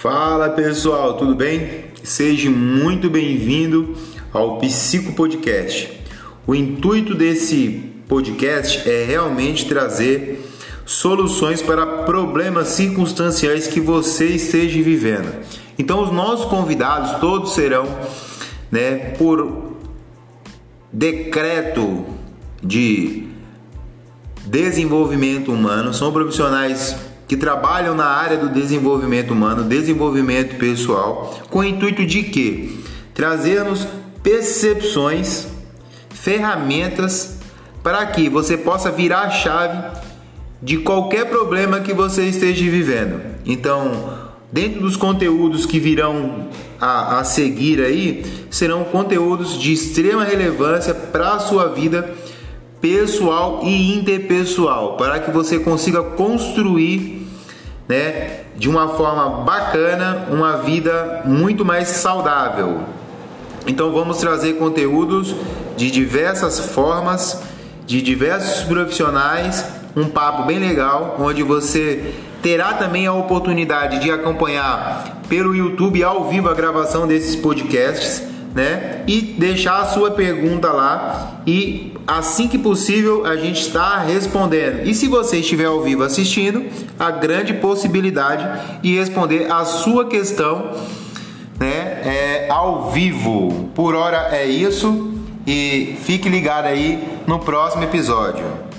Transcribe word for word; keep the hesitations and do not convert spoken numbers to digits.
Fala pessoal, tudo bem? Seja muito bem-vindo ao Psico Podcast. O intuito desse podcast é realmente trazer soluções para problemas circunstanciais que você esteja vivendo. Então os nossos convidados todos serão, né, por decreto de desenvolvimento humano, são profissionais que trabalham na área do desenvolvimento humano, desenvolvimento pessoal, com o intuito de quê? Trazermos percepções, ferramentas para que você possa virar a chave de qualquer problema que você esteja vivendo. Então, dentro dos conteúdos que virão a, a seguir aí, serão conteúdos de extrema relevância para a sua vida pessoal e interpessoal, para que você consiga construir, né, de uma forma bacana uma vida muito mais saudável. Então vamos trazer conteúdos de diversas formas, de diversos profissionais, um papo bem legal, onde você terá também a oportunidade de acompanhar pelo YouTube ao vivo a gravação desses podcasts, né? E deixar a sua pergunta lá e assim que possível a gente está respondendo. E se você estiver ao vivo assistindo, a grande possibilidade de responder a sua questão, né, é, ao vivo. Por hora é isso e fique ligado aí no próximo episódio.